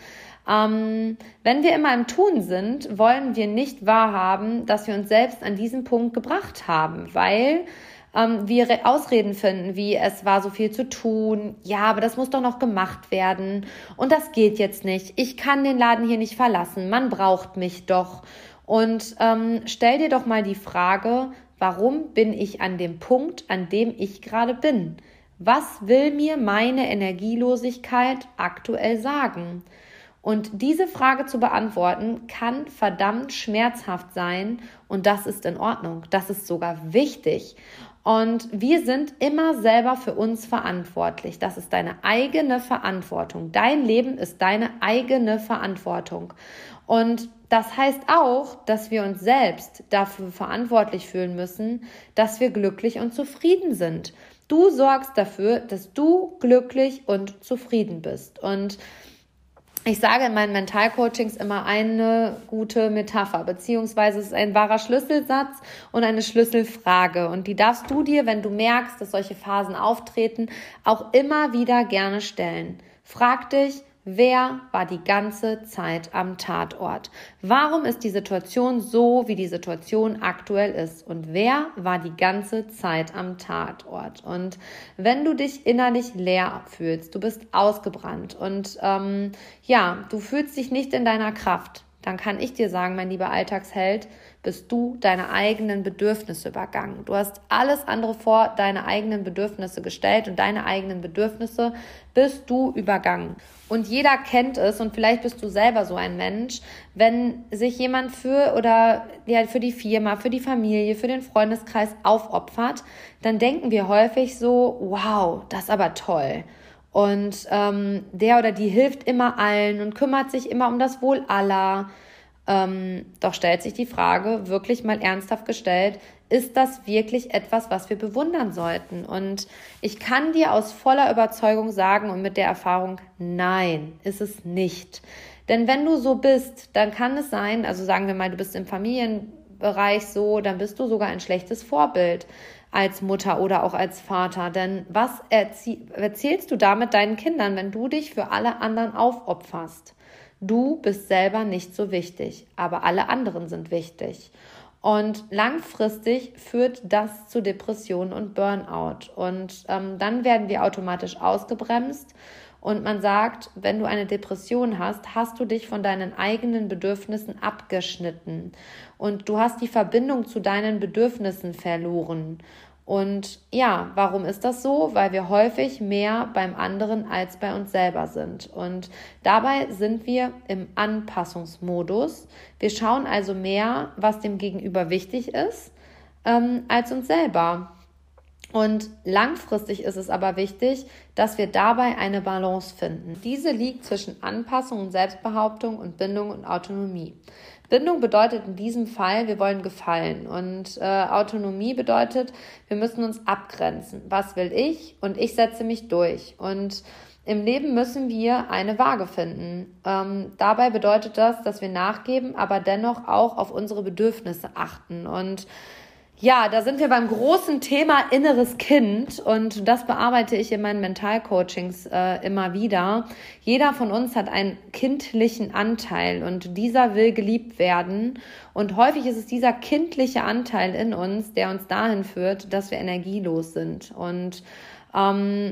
Ähm, wenn wir immer im Tun sind, wollen wir nicht wahrhaben, dass wir uns selbst an diesen Punkt gebracht haben, weil ähm, wir Ausreden finden, wie es war so viel zu tun. Ja, aber das muss doch noch gemacht werden. Und das geht jetzt nicht. Ich kann den Laden hier nicht verlassen. Man braucht mich doch. Und ähm, stell dir doch mal die Frage, warum bin ich an dem Punkt, an dem ich gerade bin? Was will mir meine Energielosigkeit aktuell sagen? Und diese Frage zu beantworten, kann verdammt schmerzhaft sein und das ist in Ordnung. Das ist sogar wichtig. Und wir sind immer selber für uns verantwortlich. Das ist deine eigene Verantwortung. Dein Leben ist deine eigene Verantwortung. Und das heißt auch, dass wir uns selbst dafür verantwortlich fühlen müssen, dass wir glücklich und zufrieden sind. Du sorgst dafür, dass du glücklich und zufrieden bist. Und ich sage in meinen Mentalcoachings immer eine gute Metapher, beziehungsweise es ist ein wahrer Schlüsselsatz und eine Schlüsselfrage. Und die darfst du dir, wenn du merkst, dass solche Phasen auftreten, auch immer wieder gerne stellen. Frag dich, wer war die ganze Zeit am Tatort? Warum ist die Situation so, wie die Situation aktuell ist? Und wer war die ganze Zeit am Tatort? Und wenn du dich innerlich leer fühlst, du bist ausgebrannt und ähm, ja, du fühlst dich nicht in deiner Kraft, dann kann ich dir sagen, mein lieber Alltagsheld, bist du deine eigenen Bedürfnisse übergangen. Du hast alles andere vor deine eigenen Bedürfnisse gestellt und deine eigenen Bedürfnisse bist du übergangen. Und jeder kennt es und vielleicht bist du selber so ein Mensch, wenn sich jemand für oder ja, für die Firma, für die Familie, für den Freundeskreis aufopfert, dann denken wir häufig so, wow, das ist aber toll. Und ähm, der oder die hilft immer allen und kümmert sich immer um das Wohl aller. Ähm, doch stellt sich die Frage, wirklich mal ernsthaft gestellt, ist das wirklich etwas, was wir bewundern sollten? Und ich kann dir aus voller Überzeugung sagen und mit der Erfahrung, nein, ist es nicht. Denn wenn du so bist, dann kann es sein, also sagen wir mal, du bist im Familienbereich so, dann bist du sogar ein schlechtes Vorbild als Mutter oder auch als Vater. Denn was erzie- erzählst du damit deinen Kindern, wenn du dich für alle anderen aufopferst? Du bist selber nicht so wichtig, aber alle anderen sind wichtig. Und langfristig führt das zu Depressionen und Burnout. Und ähm, dann werden wir automatisch ausgebremst. Und man sagt, wenn du eine Depression hast, hast du dich von deinen eigenen Bedürfnissen abgeschnitten. Und du hast die Verbindung zu deinen Bedürfnissen verloren. Und ja, warum ist das so? Weil wir häufig mehr beim anderen als bei uns selber sind. Und dabei sind wir im Anpassungsmodus. Wir schauen also mehr, was dem Gegenüber wichtig ist, ähm, als uns selber. Und langfristig ist es aber wichtig, dass wir dabei eine Balance finden. Diese liegt zwischen Anpassung und Selbstbehauptung und Bindung und Autonomie. Bindung bedeutet in diesem Fall, wir wollen gefallen und äh, Autonomie bedeutet, wir müssen uns abgrenzen. Was will ich? Und ich setze mich durch. Und im Leben müssen wir eine Waage finden. Ähm, dabei bedeutet das, dass wir nachgeben, aber dennoch auch auf unsere Bedürfnisse achten. Und ja, da sind wir beim großen Thema inneres Kind und das bearbeite ich in meinen Mentalcoachings äh, immer wieder. Jeder von uns hat einen kindlichen Anteil und dieser will geliebt werden. Und häufig ist es dieser kindliche Anteil in uns, der uns dahin führt, dass wir energielos sind. Und ähm,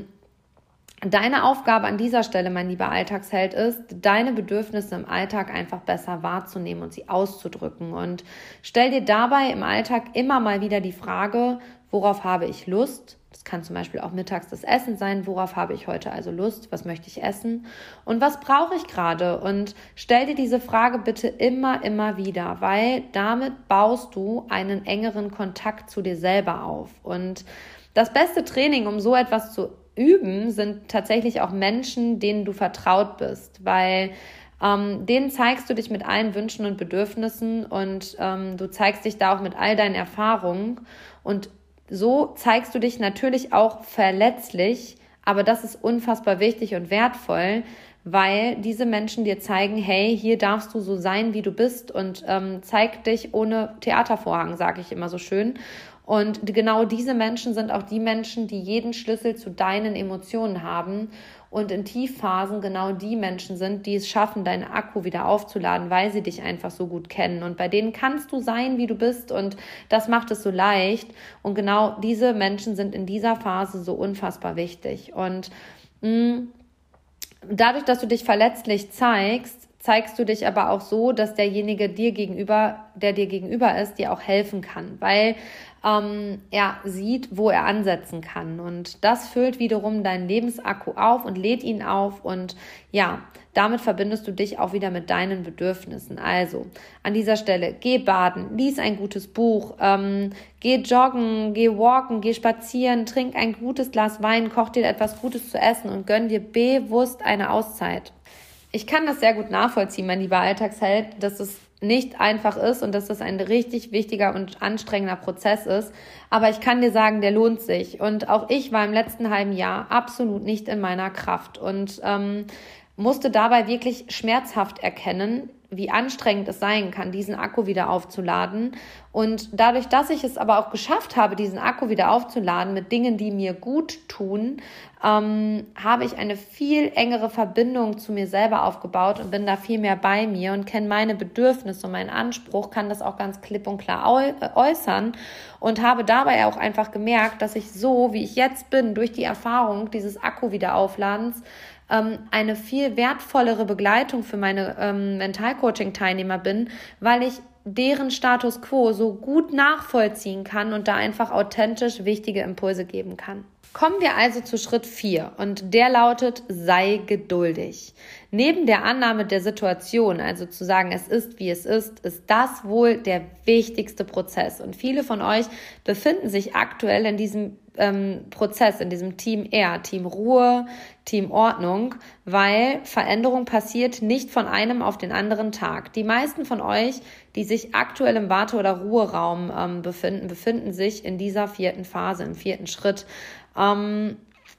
deine Aufgabe an dieser Stelle, mein lieber Alltagsheld, ist, deine Bedürfnisse im Alltag einfach besser wahrzunehmen und sie auszudrücken. Und stell dir dabei im Alltag immer mal wieder die Frage, worauf habe ich Lust? Das kann zum Beispiel auch mittags das Essen sein. Worauf habe ich heute also Lust? Was möchte ich essen? Und was brauche ich gerade? Und stell dir diese Frage bitte immer, immer wieder, weil damit baust du einen engeren Kontakt zu dir selber auf. Und das beste Training, um so etwas zu üben, sind tatsächlich auch Menschen, denen du vertraut bist, weil ähm, denen zeigst du dich mit allen Wünschen und Bedürfnissen und ähm, du zeigst dich da auch mit all deinen Erfahrungen und so zeigst du dich natürlich auch verletzlich, aber das ist unfassbar wichtig und wertvoll, weil diese Menschen dir zeigen, hey, hier darfst du so sein, wie du bist und ähm, zeig dich ohne Theatervorhang, sage ich immer so schön. Und genau diese Menschen sind auch die Menschen, die jeden Schlüssel zu deinen Emotionen haben und in Tiefphasen genau die Menschen sind, die es schaffen, deinen Akku wieder aufzuladen, weil sie dich einfach so gut kennen. Und bei denen kannst du sein, wie du bist und das macht es so leicht. Und genau diese Menschen sind in dieser Phase so unfassbar wichtig. Und mh, dadurch, dass du dich verletzlich zeigst, zeigst du dich aber auch so, dass derjenige dir gegenüber, der dir gegenüber ist, dir auch helfen kann, weil ähm, er sieht, wo er ansetzen kann. Und das füllt wiederum deinen Lebensakku auf und lädt ihn auf. Und ja, damit verbindest du dich auch wieder mit deinen Bedürfnissen. Also an dieser Stelle, geh baden, lies ein gutes Buch, ähm, geh joggen, geh walken, geh spazieren, trink ein gutes Glas Wein, koch dir etwas Gutes zu essen und gönn dir bewusst eine Auszeit. Ich kann das sehr gut nachvollziehen, mein lieber Alltagsheld, dass es nicht einfach ist und dass das ein richtig wichtiger und anstrengender Prozess ist. Aber ich kann dir sagen, der lohnt sich. Und auch ich war im letzten halben Jahr absolut nicht in meiner Kraft und ähm, musste dabei wirklich schmerzhaft erkennen, wie anstrengend es sein kann, diesen Akku wieder aufzuladen. Und dadurch, dass ich es aber auch geschafft habe, diesen Akku wieder aufzuladen mit Dingen, die mir gut tun, ähm, habe ich eine viel engere Verbindung zu mir selber aufgebaut und bin da viel mehr bei mir und kenne meine Bedürfnisse und meinen Anspruch, kann das auch ganz klipp und klar äußern und habe dabei auch einfach gemerkt, dass ich so, wie ich jetzt bin, durch die Erfahrung dieses Akku wieder aufladens, eine viel wertvollere Begleitung für meine ähm, Mentalcoaching-Teilnehmer bin, weil ich deren Status quo so gut nachvollziehen kann und da einfach authentisch wichtige Impulse geben kann. Kommen wir also zu Schritt vier und der lautet, sei geduldig. Neben der Annahme der Situation, also zu sagen, es ist, wie es ist, ist das wohl der wichtigste Prozess. Und viele von euch befinden sich aktuell in diesem ähm, Prozess, in diesem Team R, Team Ruhe, Team Ordnung, weil Veränderung passiert nicht von einem auf den anderen Tag. Die meisten von euch, die sich aktuell im Warte- oder Ruheraum ähm, befinden, befinden sich in dieser vierten Phase, im vierten Schritt. Ähm,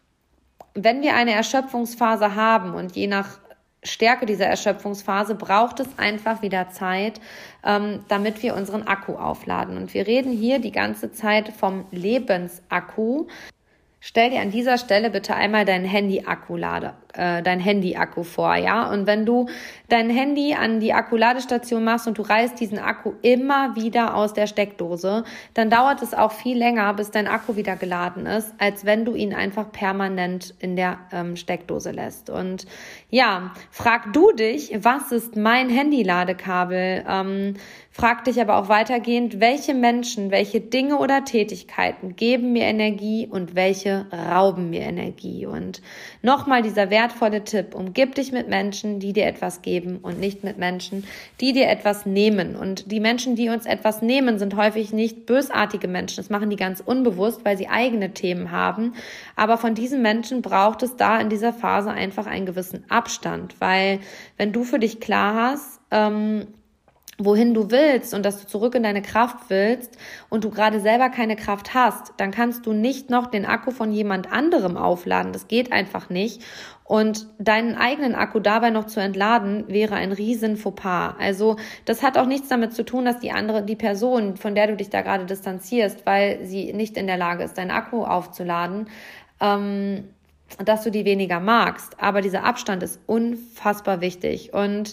wenn wir eine Erschöpfungsphase haben und je nach Stärke dieser Erschöpfungsphase braucht es einfach wieder Zeit, ähm, damit wir unseren Akku aufladen. Und wir reden hier die ganze Zeit vom Lebensakku. Stell dir an dieser Stelle bitte einmal dein Handy-Akku lade, äh, dein Handy-Akku vor, ja? Und wenn du dein Handy an die Akkuladestation machst und du reißt diesen Akku immer wieder aus der Steckdose, dann dauert es auch viel länger, bis dein Akku wieder geladen ist, als wenn du ihn einfach permanent in der ähm, Steckdose lässt. Und ja, frag du dich, was ist mein Handy-Ladekabel? Ähm, frag dich aber auch weitergehend, welche Menschen, welche Dinge oder Tätigkeiten geben mir Energie und welche rauben mir Energie. Und nochmal dieser wertvolle Tipp, umgib dich mit Menschen, die dir etwas geben und nicht mit Menschen, die dir etwas nehmen. Und die Menschen, die uns etwas nehmen, sind häufig nicht bösartige Menschen. Das machen die ganz unbewusst, weil sie eigene Themen haben. Aber von diesen Menschen braucht es da in dieser Phase einfach einen gewissen Abstand, weil wenn du für dich klar hast, ähm, wohin du willst und dass du zurück in deine Kraft willst und du gerade selber keine Kraft hast, dann kannst du nicht noch den Akku von jemand anderem aufladen. Das geht einfach nicht. Und deinen eigenen Akku dabei noch zu entladen, wäre ein riesen Fauxpas. Also das hat auch nichts damit zu tun, dass die andere, die Person, von der du dich da gerade distanzierst, weil sie nicht in der Lage ist, deinen Akku aufzuladen, ähm, dass du die weniger magst. Aber dieser Abstand ist unfassbar wichtig. Und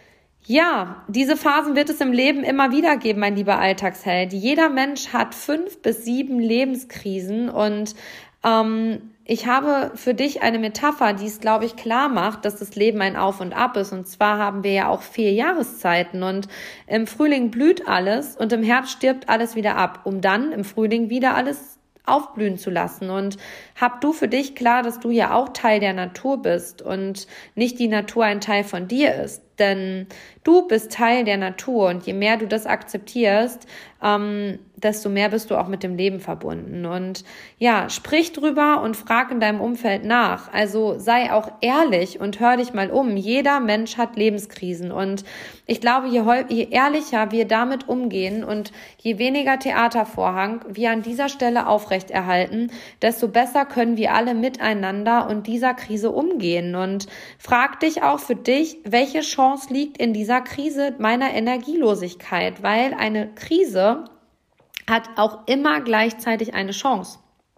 ja, diese Phasen wird es im Leben immer wieder geben, mein lieber Alltagsheld. Jeder Mensch hat fünf bis sieben Lebenskrisen und ähm, ich habe für dich eine Metapher, die es, glaube ich, klar macht, dass das Leben ein Auf und Ab ist. Und zwar haben wir ja auch vier Jahreszeiten und im Frühling blüht alles und im Herbst stirbt alles wieder ab, um dann im Frühling wieder alles aufblühen zu lassen. Und hab du für dich klar, dass du ja auch Teil der Natur bist und nicht die Natur ein Teil von dir ist. Denn du bist Teil der Natur und je mehr du das akzeptierst, ähm, desto mehr bist du auch mit dem Leben verbunden. Und ja, sprich drüber und frag in deinem Umfeld nach. Also sei auch ehrlich und hör dich mal um. Jeder Mensch hat Lebenskrisen und ich glaube, je, je ehrlicher wir damit umgehen und je weniger Theatervorhang wir an dieser Stelle aufrechterhalten, desto besser können wir alle miteinander und dieser Krise umgehen. Und frag dich auch für dich, welche Chance liegt in dieser Krise meiner Energielosigkeit, weil eine Krise hat auch immer gleichzeitig eine Chance.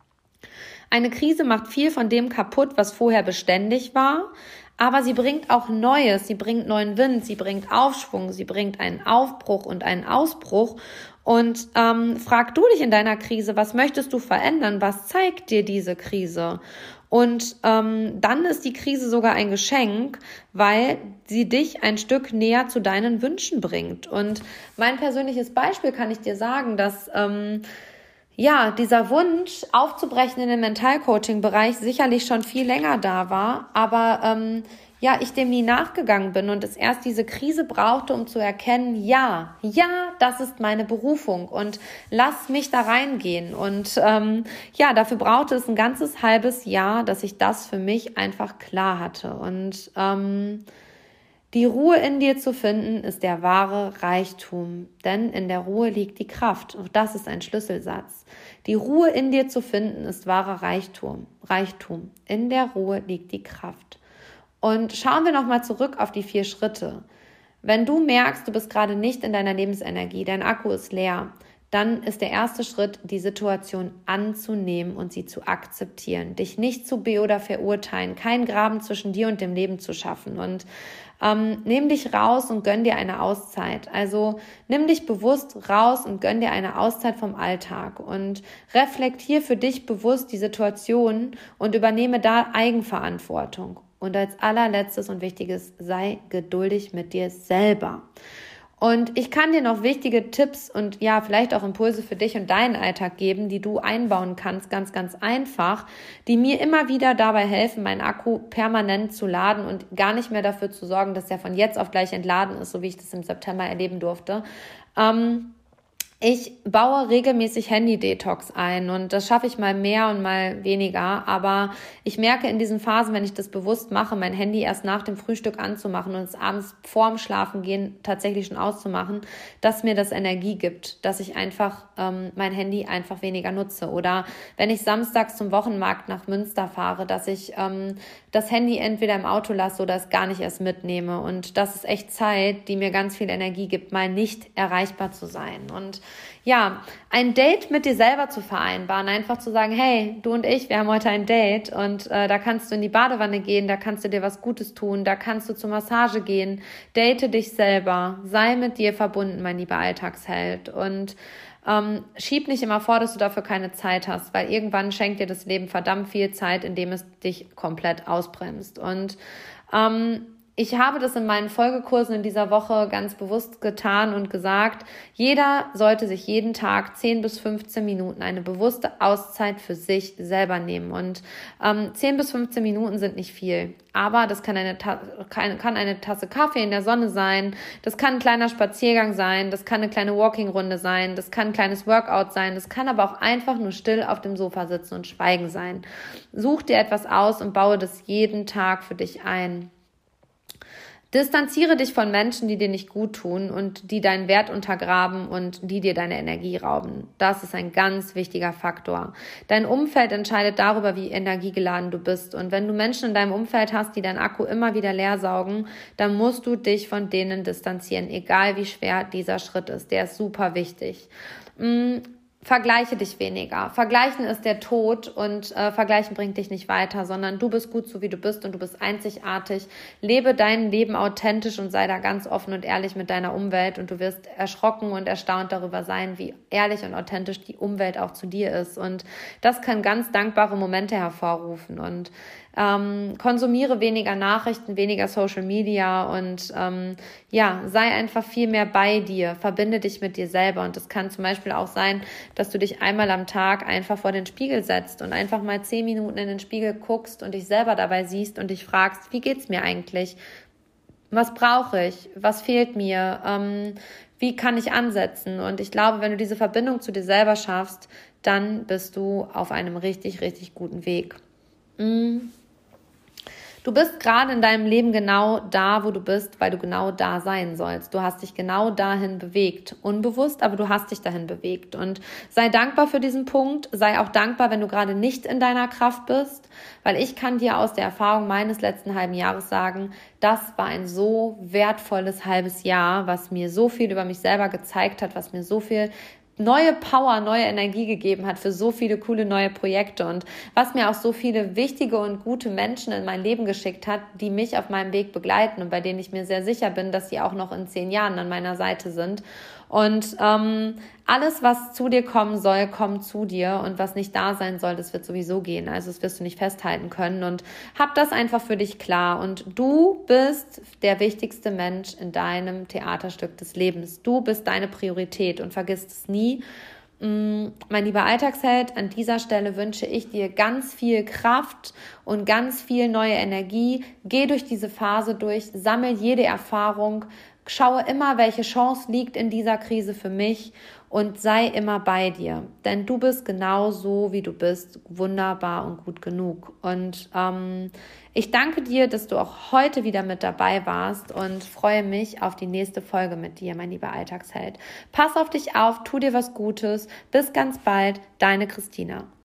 Eine Krise macht viel von dem kaputt, was vorher beständig war, aber sie bringt auch Neues, sie bringt neuen Wind, sie bringt Aufschwung, sie bringt einen Aufbruch und einen Ausbruch. Und ähm, frag du dich in deiner Krise, was möchtest du verändern, was zeigt dir diese Krise? Und ähm, dann ist die Krise sogar ein Geschenk, weil sie dich ein Stück näher zu deinen Wünschen bringt. Und mein persönliches Beispiel kann ich dir sagen, dass ähm, ja dieser Wunsch aufzubrechen in den Mentalcoaching-Bereich sicherlich schon viel länger da war, aber ähm, ja, ich dem nie nachgegangen bin und es erst diese Krise brauchte, um zu erkennen, ja, ja, das ist meine Berufung und lass mich da reingehen. Und ähm, ja, dafür brauchte es ein ganzes halbes Jahr, dass ich das für mich einfach klar hatte. Und ähm, die Ruhe in dir zu finden, ist der wahre Reichtum, denn in der Ruhe liegt die Kraft. Auch das ist ein Schlüsselsatz. Die Ruhe in dir zu finden, ist wahrer Reichtum. Reichtum. In der Ruhe liegt die Kraft. Und schauen wir nochmal zurück auf die vier Schritte. Wenn du merkst, du bist gerade nicht in deiner Lebensenergie, dein Akku ist leer, dann ist der erste Schritt, die Situation anzunehmen und sie zu akzeptieren. Dich nicht zu be- oder verurteilen, keinen Graben zwischen dir und dem Leben zu schaffen. Und ähm, nimm dich raus und gönn dir eine Auszeit. Also nimm dich bewusst raus und gönn dir eine Auszeit vom Alltag. Und reflektier für dich bewusst die Situation und übernehme da Eigenverantwortung. Und als allerletztes und wichtiges, sei geduldig mit dir selber. Und ich kann dir noch wichtige Tipps und ja, vielleicht auch Impulse für dich und deinen Alltag geben, die du einbauen kannst, ganz, ganz einfach, die mir immer wieder dabei helfen, meinen Akku permanent zu laden und gar nicht mehr dafür zu sorgen, dass er von jetzt auf gleich entladen ist, so wie ich das im September erleben durfte. Ähm, Ich baue regelmäßig Handy-Detox ein und das schaffe ich mal mehr und mal weniger, aber ich merke in diesen Phasen, wenn ich das bewusst mache, mein Handy erst nach dem Frühstück anzumachen und es abends vorm Schlafengehen tatsächlich schon auszumachen, dass mir das Energie gibt, dass ich einfach ähm, mein Handy einfach weniger nutze. Oder wenn ich samstags zum Wochenmarkt nach Münster fahre, dass ich ähm, das Handy entweder im Auto lasse oder es gar nicht erst mitnehme. Und das ist echt Zeit, die mir ganz viel Energie gibt, mal nicht erreichbar zu sein. Und ja, ein Date mit dir selber zu vereinbaren, einfach zu sagen, hey, du und ich, wir haben heute ein Date und äh, da kannst du in die Badewanne gehen, da kannst du dir was Gutes tun, da kannst du zur Massage gehen, date dich selber, sei mit dir verbunden, mein lieber Alltagsheld und ähm, schieb nicht immer vor, dass du dafür keine Zeit hast, weil irgendwann schenkt dir das Leben verdammt viel Zeit, indem es dich komplett ausbremst und ähm, ich habe das in meinen Folgekursen in dieser Woche ganz bewusst getan und gesagt, jeder sollte sich jeden Tag zehn bis fünfzehn Minuten eine bewusste Auszeit für sich selber nehmen. Und ähm, zehn bis fünfzehn Minuten sind nicht viel, aber das kann eine, Ta- kann, kann eine Tasse Kaffee in der Sonne sein, das kann ein kleiner Spaziergang sein, das kann eine kleine Walking-Runde sein, das kann ein kleines Workout sein, das kann aber auch einfach nur still auf dem Sofa sitzen und schweigen sein. Such dir etwas aus und baue das jeden Tag für dich ein. Distanziere dich von Menschen, die dir nicht gut tun und die deinen Wert untergraben und die dir deine Energie rauben. Das ist ein ganz wichtiger Faktor. Dein Umfeld entscheidet darüber, wie energiegeladen du bist. Und wenn du Menschen in deinem Umfeld hast, die deinen Akku immer wieder leer saugen, dann musst du dich von denen distanzieren, egal wie schwer dieser Schritt ist. Der ist super wichtig. Vergleiche dich weniger. Vergleichen ist der Tod und äh, Vergleichen bringt dich nicht weiter, sondern du bist gut so, wie du bist und du bist einzigartig. Lebe dein Leben authentisch und sei da ganz offen und ehrlich mit deiner Umwelt und du wirst erschrocken und erstaunt darüber sein, wie ehrlich und authentisch die Umwelt auch zu dir ist. Und das kann ganz dankbare Momente hervorrufen und Ähm, konsumiere weniger Nachrichten, weniger Social Media und ähm, ja, sei einfach viel mehr bei dir, verbinde dich mit dir selber und das kann zum Beispiel auch sein, dass du dich einmal am Tag einfach vor den Spiegel setzt und einfach mal zehn Minuten in den Spiegel guckst und dich selber dabei siehst und dich fragst, wie geht's mir eigentlich? Was brauche ich? Was fehlt mir? Ähm, wie kann ich ansetzen? Und ich glaube, wenn du diese Verbindung zu dir selber schaffst, dann bist du auf einem richtig, richtig guten Weg. Mm. Du bist gerade in deinem Leben genau da, wo du bist, weil du genau da sein sollst. Du hast dich genau dahin bewegt. Unbewusst, aber du hast dich dahin bewegt. Und sei dankbar für diesen Punkt. Sei auch dankbar, wenn du gerade nicht in deiner Kraft bist. Weil ich kann dir aus der Erfahrung meines letzten halben Jahres sagen, das war ein so wertvolles halbes Jahr, was mir so viel über mich selber gezeigt hat, was mir so viel neue Power, neue Energie gegeben hat für so viele coole neue Projekte und was mir auch so viele wichtige und gute Menschen in mein Leben geschickt hat, die mich auf meinem Weg begleiten und bei denen ich mir sehr sicher bin, dass sie auch noch in zehn Jahren an meiner Seite sind. Und ähm, alles, was zu dir kommen soll, kommt zu dir und was nicht da sein soll, das wird sowieso gehen. Also das wirst du nicht festhalten können und hab das einfach für dich klar. Und du bist der wichtigste Mensch in deinem Theaterstück des Lebens. Du bist deine Priorität und vergiss es nie. Mein lieber Alltagsheld, an dieser Stelle wünsche ich dir ganz viel Kraft und ganz viel neue Energie. Geh durch diese Phase durch, sammel jede Erfahrung, schaue immer, welche Chance liegt in dieser Krise für mich und sei immer bei dir. Denn du bist genau so, wie du bist, wunderbar und gut genug. Und ähm, ich danke dir, dass du auch heute wieder mit dabei warst und freue mich auf die nächste Folge mit dir, mein lieber Alltagsheld. Pass auf dich auf, tu dir was Gutes. Bis ganz bald, deine Christina.